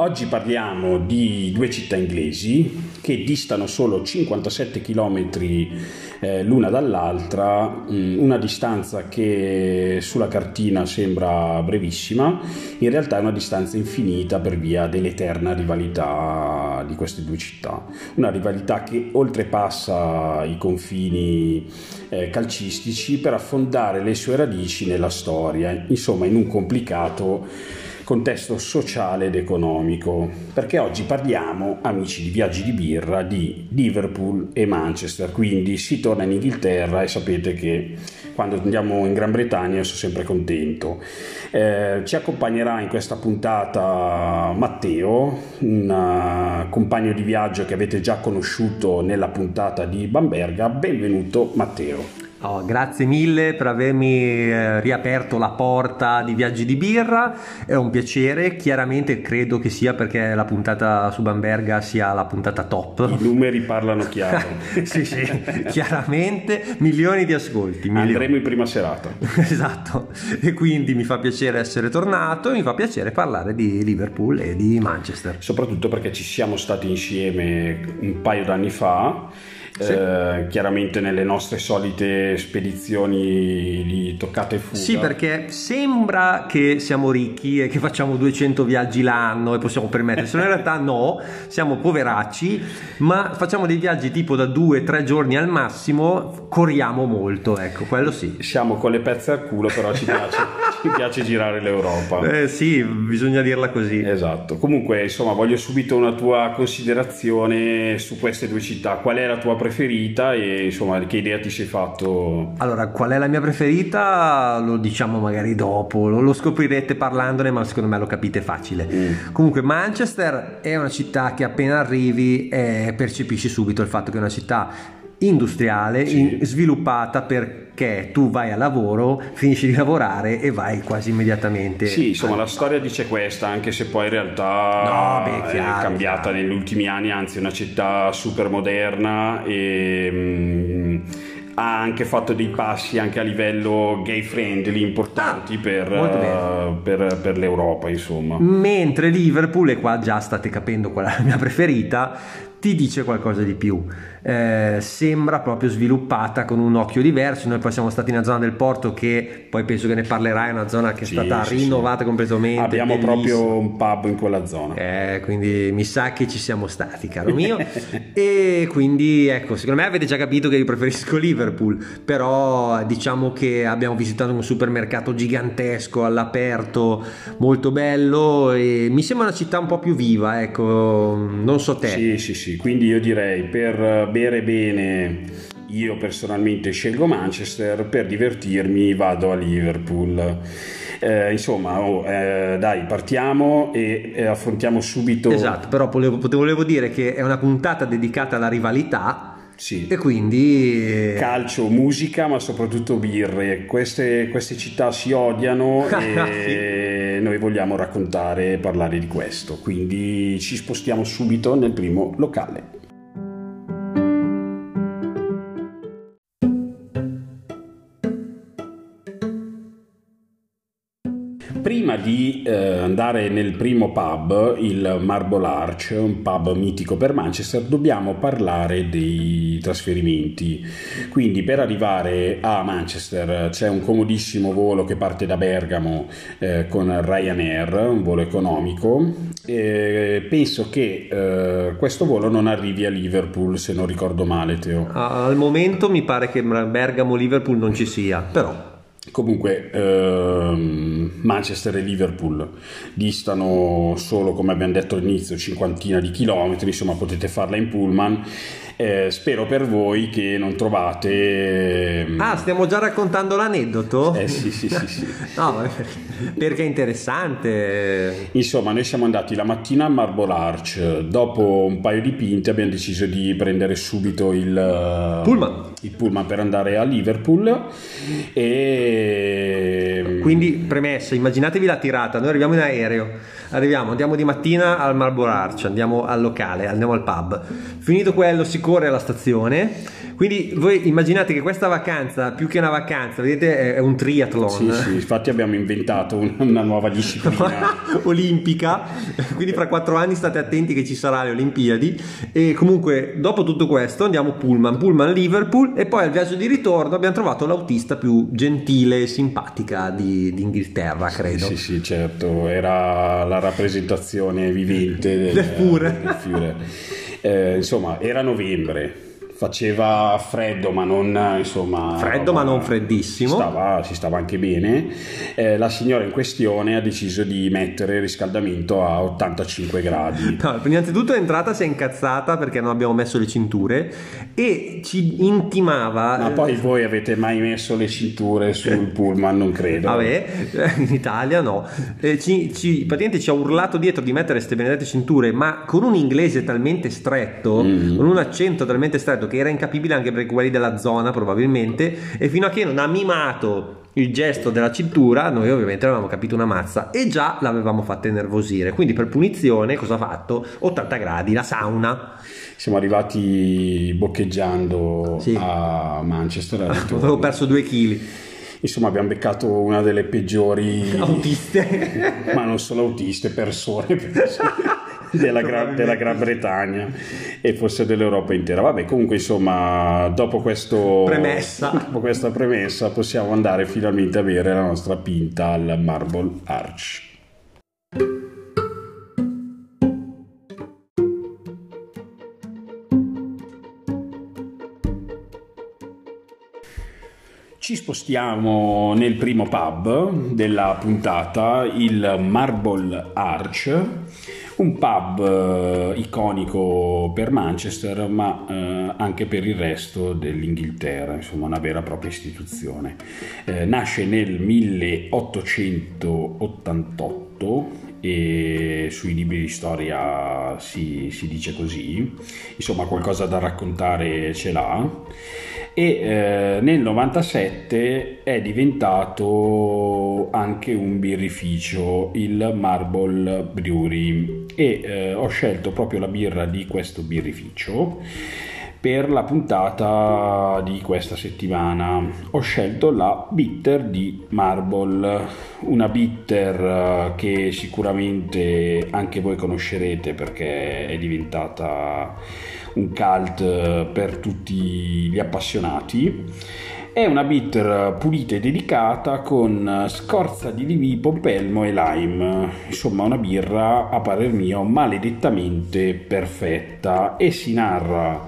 Oggi parliamo di due città inglesi che distano solo 57 km l'una dall'altra, una distanza che sulla cartina sembra brevissima, in realtà è una distanza infinita per via dell'eterna rivalità di queste due città. Una rivalità che oltrepassa i confini calcistici per affondare le sue radici nella storia, insomma in un complicato contesto sociale ed economico, perché oggi parliamo, amici di Viaggi di Birra, di Liverpool e Manchester. Quindi si torna in Inghilterra e sapete che quando andiamo in Gran Bretagna sono sempre contento. Ci accompagnerà in questa puntata Matteo, un compagno di viaggio che avete già conosciuto nella puntata di Bamberga. Benvenuto Matteo. Oh, grazie mille per avermi riaperto la porta di Viaggi di Birra, è un piacere. Chiaramente credo che sia perché la puntata su Bamberga sia la puntata top. I numeri parlano chiaro. Sì, chiaramente milioni di ascolti. Andremo in prima serata. Esatto, e quindi mi fa piacere essere tornato e mi fa piacere parlare di Liverpool e di Manchester. Soprattutto perché ci siamo stati insieme un paio d'anni fa. Sì. Chiaramente nelle nostre solite spedizioni di toccata e fuga. Sì, perché sembra che siamo ricchi e che facciamo 200 viaggi l'anno e possiamo permetterselo. In realtà no, siamo poveracci, ma facciamo dei viaggi tipo da 2-3 giorni al massimo, corriamo molto, ecco, quello sì. Siamo con le pezze al culo, però ci piace girare l'Europa. Sì, bisogna dirla così. Esatto. Comunque, insomma, voglio subito una tua considerazione su queste due città. Qual è la tua preferita e insomma che idea ti sei fatto? Allora, qual è la mia preferita? Lo diciamo magari dopo, lo scoprirete parlandone, ma secondo me lo capite facile. Comunque Manchester è una città che appena arrivi percepisci subito il fatto che è una città industriale, sì, sviluppata, perché tu vai a lavoro, finisci di lavorare e vai quasi immediatamente. Sì, insomma la storia dice questa, anche se poi in realtà è cambiata negli ultimi anni, anzi è una città super moderna e ha anche fatto dei passi anche a livello gay friendly importanti per l'Europa, insomma. Mentre Liverpool, e qua già state capendo qual è la mia preferita, ti dice qualcosa di più. Sembra proprio sviluppata con un occhio diverso. Noi poi siamo stati in una zona del porto che poi penso che ne parlerai, è una zona che è stata rinnovata completamente. Abbiamo proprio un pub in quella zona, quindi mi sa che ci siamo stati, caro mio. E quindi ecco, secondo me avete già capito che io preferisco Liverpool, però diciamo che abbiamo visitato un supermercato gigantesco all'aperto, molto bello, e mi sembra una città un po' più viva, ecco, non so te. Sì, quindi io direi per bere bene io personalmente scelgo Manchester, per divertirmi vado a Liverpool. Dai, partiamo e affrontiamo subito. Esatto, però volevo dire che è una puntata dedicata alla rivalità. Sì. E quindi calcio, musica, ma soprattutto birre. Queste città si odiano e noi vogliamo raccontare e parlare di questo. Quindi ci spostiamo subito nel primo locale. Prima di andare nel primo pub, il Marble Arch, un pub mitico per Manchester, dobbiamo parlare dei trasferimenti. Quindi per arrivare a Manchester c'è un comodissimo volo che parte da Bergamo con Ryanair, un volo economico. Penso che questo volo non arrivi a Liverpool, se non ricordo male, Teo. Al momento mi pare che Bergamo-Liverpool non ci sia, però... Comunque Manchester e Liverpool distano solo, come abbiamo detto all'inizio, 50 di chilometri, insomma potete farla in pullman. Spero per voi che non trovate... stiamo già raccontando l'aneddoto? Sì. No, perché è interessante. Insomma, noi siamo andati la mattina a Marble Arch, dopo un paio di pinte abbiamo deciso di prendere subito il pullman per andare a Liverpool, e Quindi, premessa, immaginatevi la tirata: noi arriviamo in aereo, andiamo di mattina al Marble Arch, andiamo al locale, andiamo al pub, finito quello si corre alla stazione. Quindi voi immaginate che questa vacanza, più che una vacanza, vedete, è un triathlon. Sì, infatti abbiamo inventato una nuova disciplina olimpica, quindi fra 4 anni state attenti che ci sarà le Olimpiadi. E comunque dopo tutto questo andiamo Pullman Liverpool, e poi al viaggio di ritorno abbiamo trovato l'autista più gentile e simpatica di Inghilterra, credo. Sì, certo, era la rappresentazione vivente del Führer. Insomma, era novembre. Faceva freddo, ma non freddissimo. Si stava anche bene. La signora in questione ha deciso di mettere il riscaldamento a 85 gradi. No, innanzitutto è entrata, si è incazzata perché non abbiamo messo le cinture e ci intimava. Ma poi voi avete mai messo le cinture sul pullman? Non credo. Vabbè, in Italia no. Praticamente ci ha urlato dietro di mettere queste benedette cinture, ma con un inglese talmente stretto, con un accento talmente stretto che era incapibile anche per quelli della zona probabilmente, e fino a che non ha mimato il gesto della cintura noi ovviamente avevamo capito una mazza e già l'avevamo fatta innervosire. Quindi per punizione cosa ha fatto? 80 gradi, la sauna. Siamo arrivati boccheggiando a Manchester. Avevo perso 2 chili. Insomma, abbiamo beccato una delle peggiori autiste, ma non solo autiste, persone della Gran Bretagna e forse dell'Europa intera. Vabbè, comunque, insomma, dopo questa premessa possiamo andare finalmente a bere la nostra pinta al Marble Arch. Ci spostiamo nel primo pub della puntata, il Marble Arch, un pub iconico per Manchester, ma anche per il resto dell'Inghilterra, insomma una vera e propria istituzione. Nasce nel 1888 e sui libri di storia si dice così, insomma qualcosa da raccontare ce l'ha. E nel 97 è diventato anche un birrificio, il Marble Brewery, e ho scelto proprio la birra di questo birrificio per la puntata di questa settimana. Ho scelto la bitter di Marble, una bitter che sicuramente anche voi conoscerete perché è diventata un cult per tutti gli appassionati. È una bitter pulita e delicata con scorza di limone, pompelmo e lime, insomma una birra a parer mio maledettamente perfetta, e si narra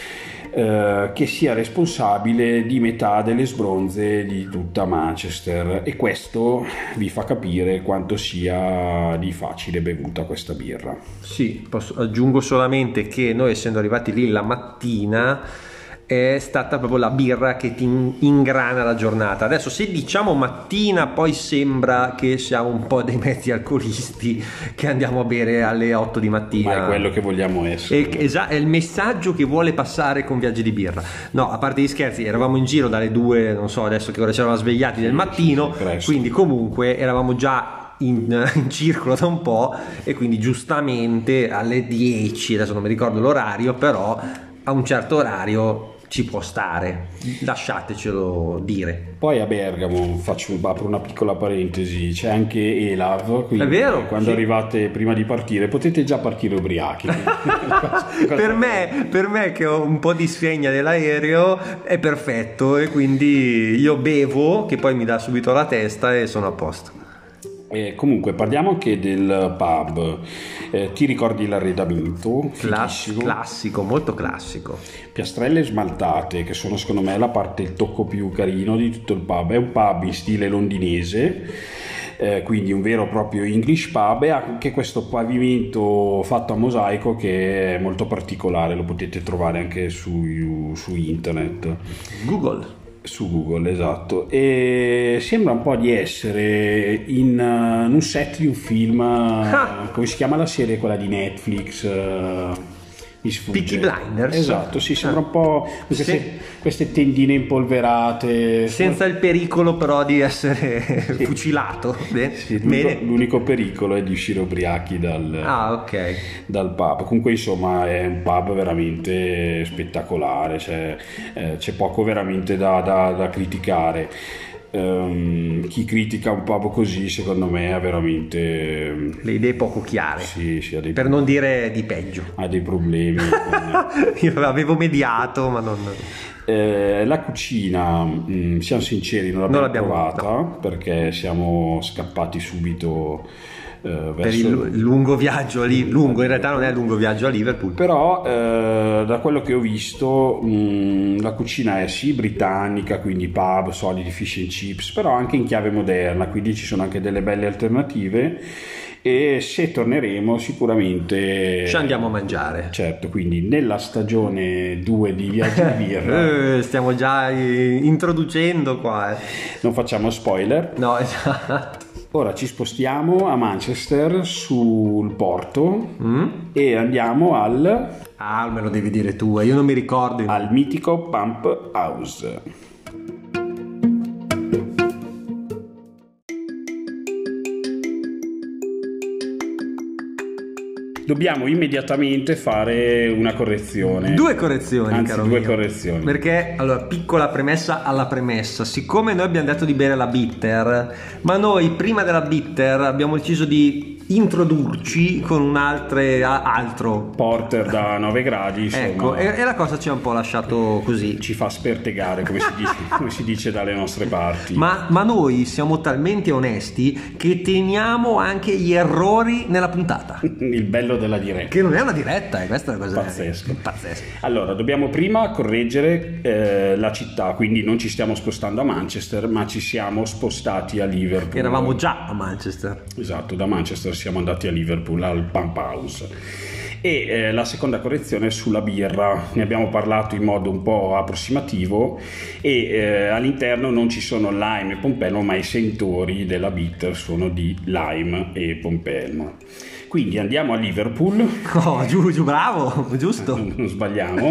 che sia responsabile di metà delle sbronze di tutta Manchester, e questo vi fa capire quanto sia di facile bevuta questa birra. Sì, aggiungo solamente che noi, essendo arrivati lì la mattina, è stata proprio la birra che ti ingrana la giornata. Adesso se diciamo mattina poi sembra che siamo un po' dei mezzi alcolisti che andiamo a bere alle 8 di mattina, ma è quello che vogliamo essere. È il messaggio che vuole passare con Viaggi di Birra. No, a parte gli scherzi, eravamo in giro dalle 2, non so adesso che ora ci eravamo svegliati del mattino, quindi comunque eravamo già in circolo da un po', e quindi giustamente alle 10, adesso non mi ricordo l'orario, però a un certo orario ci può stare, lasciatecelo dire. Poi a Bergamo, apro una piccola parentesi, c'è anche Elav, quindi è vero, quando arrivate prima di partire potete già partire ubriachi. per me che ho un po' di sfiegna dell'aereo è perfetto, e quindi io bevo che poi mi dà subito la testa e sono a posto. Comunque parliamo anche del pub. Ti ricordi l'arredamento? Classico, molto classico. Piastrelle smaltate, che sono secondo me la parte, il tocco più carino di tutto il pub. È un pub in stile londinese, quindi un vero e proprio English pub, e anche questo pavimento fatto a mosaico che è molto particolare, lo potete trovare anche su internet. Su Google, esatto, e sembra un po' di essere in un set di un film, come si chiama la serie, quella di Netflix, mi sfugge. Peaky Blinders? Esatto, sì, sembra un po' queste tendine impolverate. Senza il pericolo però di essere fucilato. Sì, Bene. l'unico pericolo è di uscire ubriachi dal pub. Comunque insomma è un pub veramente spettacolare, c'è poco veramente da criticare. Chi critica un pub così secondo me ha veramente le idee poco chiare, sì, per non dire di peggio, ha dei problemi. Io avevo mediato ma non... La cucina, siamo sinceri, non l'abbiamo provata, no. Perché siamo scappati subito per il lungo viaggio lungo, in realtà non è lungo viaggio a Liverpool, però da quello che ho visto la cucina è sì britannica, quindi pub, solidi fish and chips, però anche in chiave moderna, quindi ci sono anche delle belle alternative. E se torneremo sicuramente ci andiamo a mangiare, certo, quindi nella stagione 2 di Viaggi di Birra stiamo già introducendo qua non facciamo spoiler, no, esatto. Ora ci spostiamo a Manchester sul porto e andiamo me lo devi dire tu, io non mi ricordo, al mitico Pump House. Dobbiamo immediatamente fare una correzione. Due correzioni, anzi, caro due mio. correzioni. Perché, allora, piccola premessa alla premessa. Siccome noi abbiamo detto di bere la bitter, ma noi prima della bitter abbiamo deciso di introdurci con un altro porter da 9 gradi, insomma. Ecco, e la cosa ci ha un po' lasciato così. Ci fa spertegare, come si dice dalle nostre parti. Ma noi siamo talmente onesti che teniamo anche gli errori nella puntata. Il bello della diretta. Che non è una diretta, questa è una cosa pazzesco. Pazzesco. Allora, dobbiamo prima correggere la città, quindi non ci stiamo spostando a Manchester, ma ci siamo spostati a Liverpool. Eravamo già a Manchester. Esatto, da Manchester siamo andati a Liverpool, al Pump House. E la seconda correzione è sulla birra. Ne abbiamo parlato in modo un po' approssimativo e all'interno non ci sono lime e pompelmo, ma i sentori della bitter sono di lime e pompelmo. Quindi andiamo a Liverpool. Oh, giù, bravo, giusto. Non sbagliamo.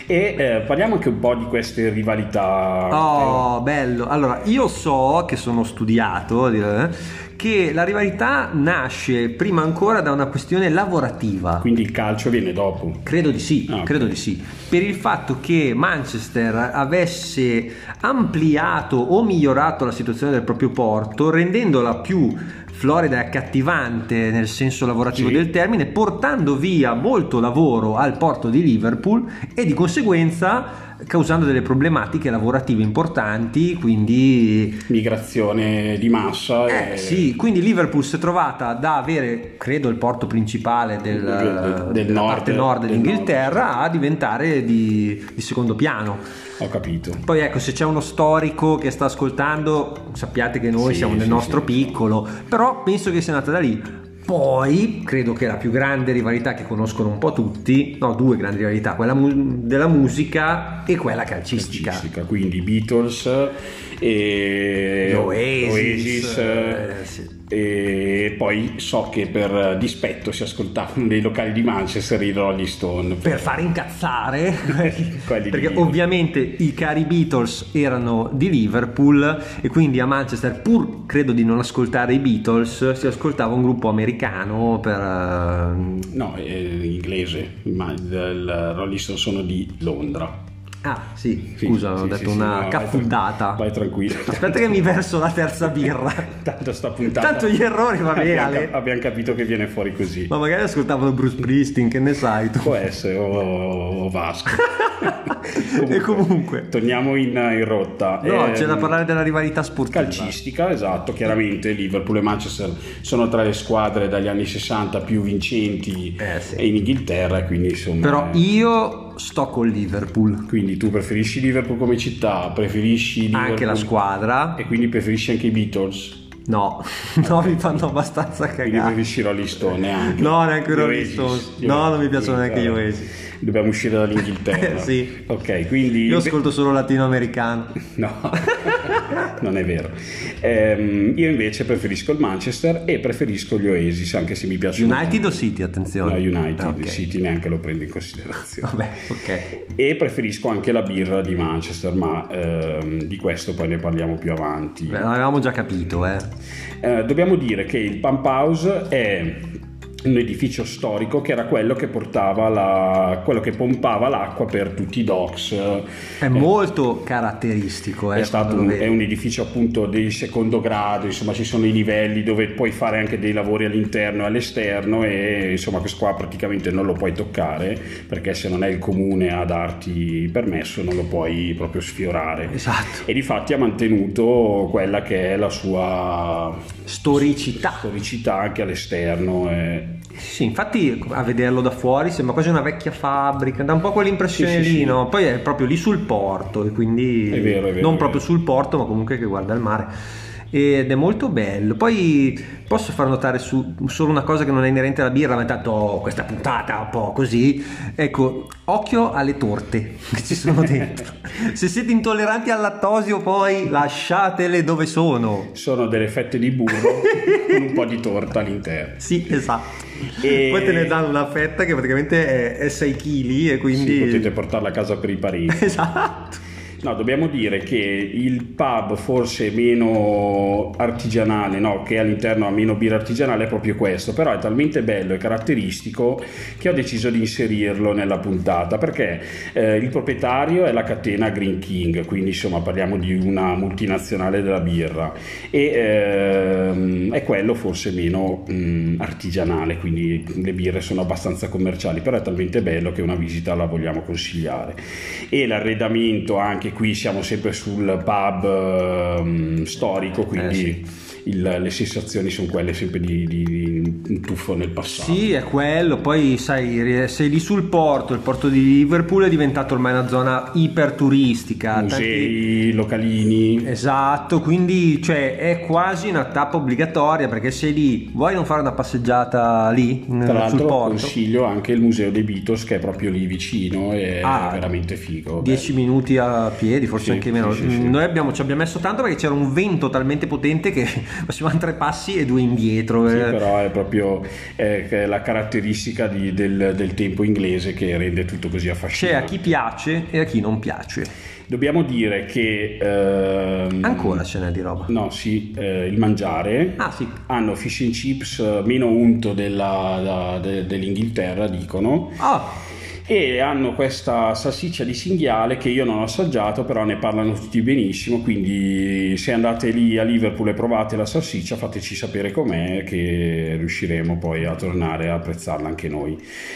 E parliamo anche un po' di queste rivalità. Oh, bello. Allora, io so che sono studiato, che la rivalità nasce prima ancora da una questione lavorativa. Quindi il calcio viene dopo? Credo di sì, okay. Credo di sì. Per il fatto che Manchester avesse ampliato o migliorato la situazione del proprio porto, rendendola più florida e accattivante nel senso lavorativo del termine, portando via molto lavoro al porto di Liverpool e di conseguenza causando delle problematiche lavorative importanti, quindi migrazione di massa. Sì, quindi Liverpool si è trovata da avere, credo, il porto principale della parte nord dell'Inghilterra a diventare di secondo piano. Ho capito. Poi ecco, se c'è uno storico che sta ascoltando, sappiate che noi siamo nel nostro piccolo, però penso che sia nata da lì. Poi credo che la più grande rivalità che conoscono un po' tutti, no, due grandi rivalità, quella della musica e quella calcistica. Quindi Beatles e Oasis. Sì. E poi so che per dispetto si ascoltavano nei locali di Manchester i Rolling Stone per fare incazzare perché ovviamente i cari Beatles erano di Liverpool e quindi a Manchester, pur credo di non ascoltare i Beatles, si ascoltava un gruppo americano inglese, ma i Rolling Stone sono di Londra. Ah sì, scusa, ho detto una caffundata. Vai tranquillo. Aspetta che mi verso la terza birra. Tanto gli errori, va bene. Abbiamo capito che viene fuori così. Ma magari ascoltavano Bruce Springsteen, che ne sai tu? Può essere, o Vasco. Comunque torniamo in rotta. No, c'è da parlare della rivalità sportiva calcistica, esatto. Chiaramente Liverpool e Manchester sono tra le squadre dagli anni 60 più vincenti in Inghilterra, quindi insomma. Però io sto con Liverpool. Quindi tu preferisci Liverpool come città, preferisci Liverpool anche la squadra e quindi preferisci anche i Beatles? No, mi fanno abbastanza cagare. Quindi preferisci Rolling Stone neanche? No, neanche Rolling Stone. No, non mi piacciono neanche gli Oasis. Dobbiamo uscire dall'Inghilterra. Sì. Ok, quindi io ascolto solo latinoamericano. No. Non è vero. Io invece preferisco il Manchester e preferisco gli Oasis, anche se mi piacciono. United o City, attenzione? No, United, Okay. City neanche lo prendo in considerazione. Vabbè, ok. E preferisco anche la birra di Manchester, ma di questo poi ne parliamo più avanti. Beh, l'avevamo già capito, Dobbiamo dire che il Pump House è un edificio storico che era quello che portava quello che pompava l'acqua per tutti i docks. È molto caratteristico. È un edificio appunto di secondo grado, insomma ci sono i livelli dove puoi fare anche dei lavori all'interno e all'esterno, e insomma questo qua praticamente non lo puoi toccare, perché se non è il comune a darti il permesso non lo puoi proprio sfiorare. Esatto. E difatti ha mantenuto quella che è la sua Storicità anche all'esterno. Sì, infatti a vederlo da fuori sembra quasi una vecchia fabbrica, dà un po' quell'impressione Sì, lì, sì. no? Poi è proprio lì sul porto, e quindi È vero, non proprio sul porto, ma comunque che guarda il mare, ed è molto bello. Poi posso far notare solo una cosa che non è inerente alla birra, ma intanto questa puntata un po' così, ecco, occhio alle torte che ci sono dentro. Se siete intolleranti al lattosio, poi lasciatele dove sono Delle fette di burro con un po' di torta all'interno. Sì, esatto. E Poi te ne danno una fetta che praticamente è 6 kg, e quindi sì, potete portarla a casa per i parenti. esatto. No, dobbiamo dire che il pub forse meno artigianale, no, che all'interno ha meno birra artigianale, è proprio questo, però è talmente bello e caratteristico che ho deciso di inserirlo nella puntata, perché il proprietario è la catena Green King, quindi insomma parliamo di una multinazionale della birra, e è quello forse meno artigianale, quindi le birre sono abbastanza commerciali, però è talmente bello che una visita la vogliamo consigliare. E l'arredamento, anche qui siamo sempre sul pub storico, quindi le sensazioni sono quelle sempre di un tuffo nel passato. Sì, è quello. Poi sai, sei lì sul porto, il porto di Liverpool è diventato ormai una zona iperturistica, Musei, localini. Esatto, quindi cioè è quasi una tappa obbligatoria, perché sei lì, vuoi non fare una passeggiata lì Tra sul l'altro porto? consiglio anche il museo dei Beatles, che è proprio lì vicino, è veramente figo. 10 minuti a piedi, forse Sì, anche meno. sì, sì. Noi ci abbiamo messo tanto perché c'era un vento talmente potente che facevamo 3 passi e 2 indietro. Sì, però è proprio la caratteristica del tempo inglese che rende tutto così C'è affascinante. a chi piace e a chi non piace. Dobbiamo dire che Ancora ce n'è di roba. No, sì, il mangiare. Sì. Hanno fish and chips meno unto dell'Inghilterra, dicono. E hanno questa salsiccia di cinghiale che io non ho assaggiato, però ne parlano tutti benissimo, quindi se andate lì a Liverpool e provate la salsiccia, fateci sapere com'è, che riusciremo poi a tornare a apprezzarla anche noi.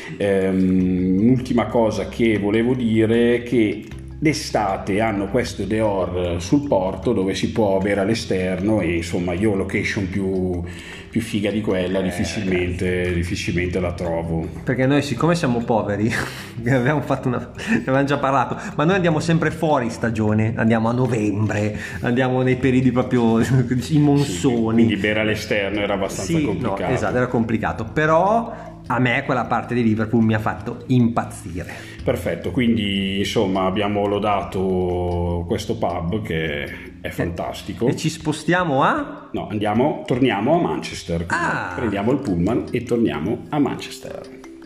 Un'ultima cosa che volevo dire è che d'estate hanno questo dehors sul porto dove si può bere all'esterno, e insomma io location più figa di quella difficilmente la trovo, Perché noi, siccome siamo poveri, ne avevamo già parlato, ma noi andiamo sempre fuori stagione, andiamo a novembre, andiamo nei periodi proprio i monsoni. quindi bere all'esterno era abbastanza complicato. No, esatto, era complicato, però a me quella parte di Liverpool mi ha fatto impazzire. Perfetto, quindi insomma abbiamo lodato questo pub che è fantastico. E ci spostiamo a? No, torniamo a Manchester, quindi prendiamo il pullman e torniamo a Manchester.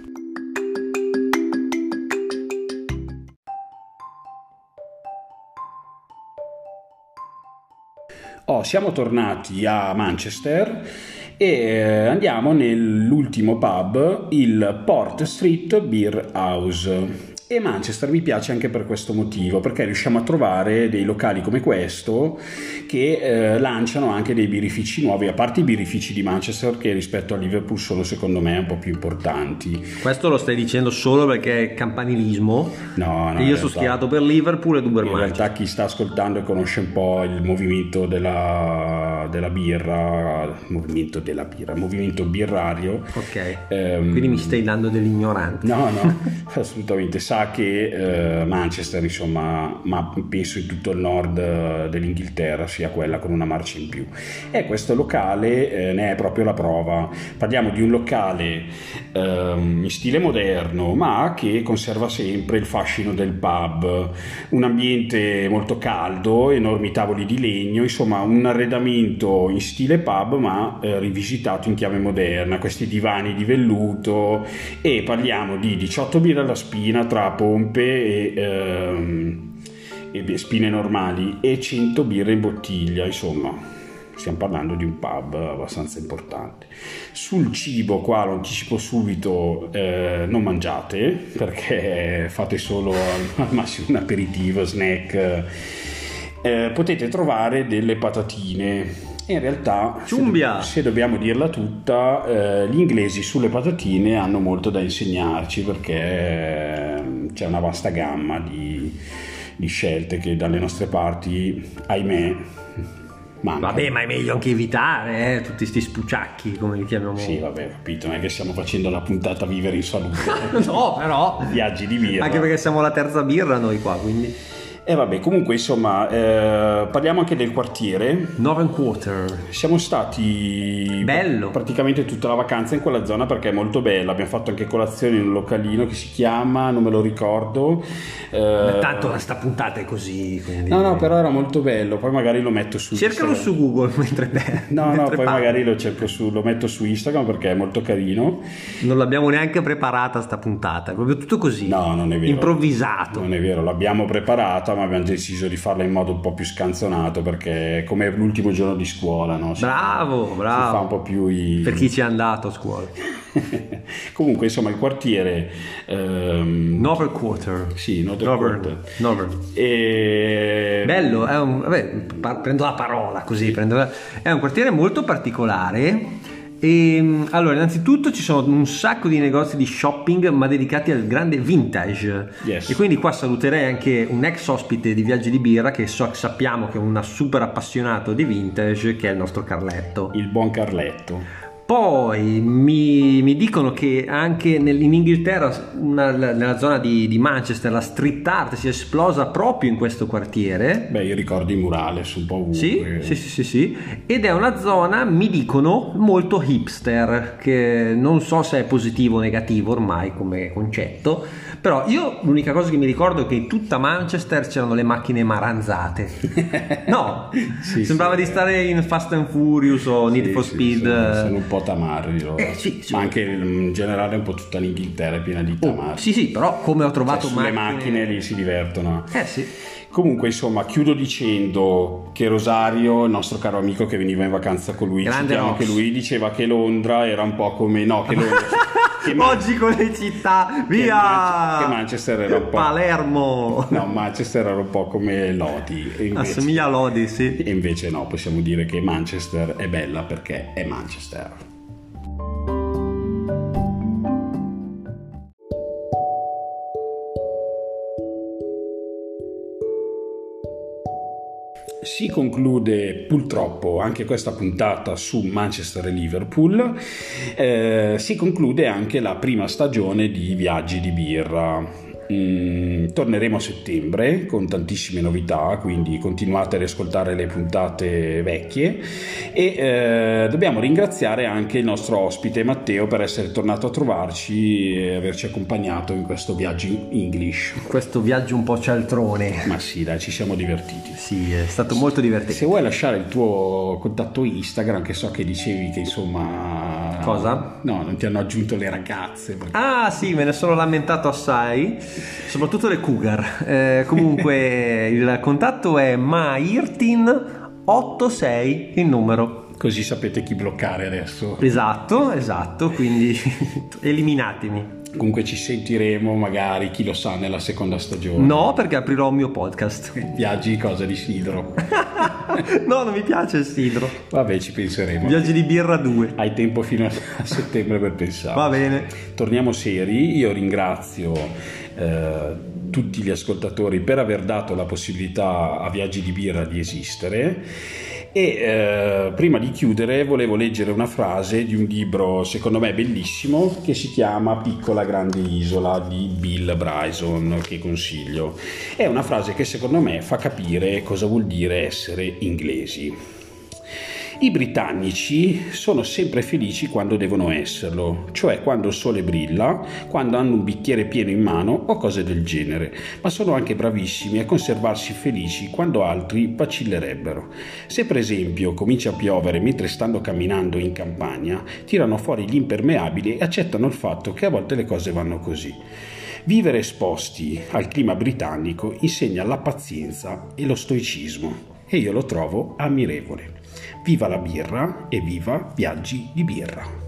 Siamo tornati a Manchester e andiamo nell'ultimo pub, il Port Street Beer House. E Manchester mi piace anche per questo motivo, perché riusciamo a trovare dei locali come questo che lanciano anche dei birrifici nuovi, a parte i birrifici di Manchester che rispetto a Liverpool sono secondo me un po' più importanti. Questo lo stai dicendo solo perché è campanilismo? No, io sono schierato per Liverpool e tu per in Manchester. realtà chi sta ascoltando e conosce un po' il movimento della birra, movimento birrario. Ok, quindi mi stai dando dell'ignorante. No, assolutamente. Sa sa che Manchester, insomma, ma penso in tutto il nord dell'Inghilterra, sia quella con una marcia in più, e questo locale ne è proprio la prova. Parliamo di un locale in stile moderno, ma che conserva sempre il fascino del pub, un ambiente molto caldo, enormi tavoli di legno, insomma un arredamento in stile pub ma rivisitato in chiave moderna, questi divani di velluto, e parliamo di 18 birre alla spina tra pompe e spine normali e 100 birre in bottiglia, insomma stiamo parlando di un pub abbastanza importante. Sul cibo qua lo anticipo subito, non mangiate, perché fate solo al massimo un aperitivo, snack. Potete trovare delle patatine, e in realtà se dobbiamo dirla tutta, gli inglesi sulle patatine hanno molto da insegnarci, perché c'è una vasta gamma di scelte che dalle nostre parti, ahimè, manca. Vabbè, ma è meglio anche evitare tutti sti spuciacchi, come li chiamiamo. Sì, vabbè, ho capito, non è che stiamo facendo la puntata Vivere in Salute. No, però viaggi di birra, anche perché siamo la terza birra noi qua, quindi. E vabbè, comunque insomma, parliamo anche del quartiere. Northern Quarter. Siamo stati bello praticamente tutta la vacanza in quella zona, perché è molto bella. Abbiamo fatto anche colazione in un localino che si chiama, non me lo ricordo. Tanto sta puntata è così, quindi. No, però era molto bello. Poi magari lo metto su Cercalo Instagram. su Google mentre poi magari lo metto su Instagram, perché è molto carino. Non l'abbiamo neanche preparata sta puntata, è proprio tutto così. No, non è vero. Improvvisato. Non è vero, l'abbiamo preparata, ma abbiamo deciso di farla in modo un po' più scanzonato, perché come l'ultimo giorno di scuola, no? Bravo. Si fa un po' più per chi ci è andato a scuola. Comunque insomma il quartiere Northern Quarter. Sì, Northern. Bello, prendo la parola così, è un quartiere molto particolare. E allora, innanzitutto ci sono un sacco di negozi di shopping, ma dedicati al grande vintage. Yes. E quindi qua saluterei anche un ex ospite di Viaggi di Birra, che sappiamo che è un super appassionato di vintage, che è il nostro Carletto. Il buon Carletto. Poi mi dicono che anche in Inghilterra, nella zona di Manchester, la street art si è esplosa proprio in questo quartiere. Beh, io ricordo i murales un po' ovunque. Sì. Ed è una zona, mi dicono, molto hipster, che non so se è positivo o negativo ormai come concetto, però io l'unica cosa che mi ricordo è che in tutta Manchester c'erano le macchine maranzate. No, sembrava di stare in Fast and Furious o Need for Speed. Sono un po' tamarri ma anche in generale un po' tutta l'Inghilterra è piena di tamari. Sì, però come ho trovato le macchine lì si divertono. Sì. Comunque insomma chiudo dicendo che Rosario, il nostro caro amico che veniva in vacanza con lui, anche lui diceva che Londra era un po' come oggi con le città via che Manchester era un po' Palermo. No, Manchester era un po' come Lodi, assomiglia a Lodi, sì. E invece no, possiamo dire che Manchester è bella perché è Manchester. Si conclude purtroppo anche questa puntata su Manchester e Liverpool, si conclude anche la prima stagione di Viaggi di Birra. Torneremo a settembre con tantissime novità, quindi continuate ad ascoltare le puntate vecchie e dobbiamo ringraziare anche il nostro ospite Matteo per essere tornato a trovarci e averci accompagnato in questo viaggio English, questo viaggio un po' cialtrone. Ma sì, dai, ci siamo divertiti. Sì, è stato molto divertente. Se vuoi lasciare il tuo contatto Instagram, che so che dicevi che insomma cosa? No, non ti hanno aggiunto le ragazze perché... Sì, me ne sono lamentato assai, soprattutto le cougar. Comunque il contatto è mairtin86 il numero, così sapete chi bloccare adesso. Esatto, quindi eliminatemi. Comunque ci sentiremo magari, chi lo sa, nella seconda stagione. No, perché aprirò un mio podcast. Viaggi cosa di sidro. No, non mi piace il sidro. Vabbè, ci penseremo. Viaggi di birra 2. Hai tempo fino a settembre per pensare. Va bene. Torniamo seri. Io ringrazio tutti gli ascoltatori per aver dato la possibilità a Viaggi di Birra di esistere E prima di chiudere volevo leggere una frase di un libro secondo me bellissimo che si chiama Piccola grande isola di Bill Bryson, che consiglio. È una frase che secondo me fa capire cosa vuol dire essere inglesi. I britannici sono sempre felici quando devono esserlo, cioè quando il sole brilla, quando hanno un bicchiere pieno in mano o cose del genere, ma sono anche bravissimi a conservarsi felici quando altri vacillerebbero. Se per esempio comincia a piovere mentre stanno camminando in campagna, tirano fuori gli impermeabili e accettano il fatto che a volte le cose vanno così. Vivere esposti al clima britannico insegna la pazienza e lo stoicismo e io lo trovo ammirevole. Viva la birra e viva Viaggi di Birra!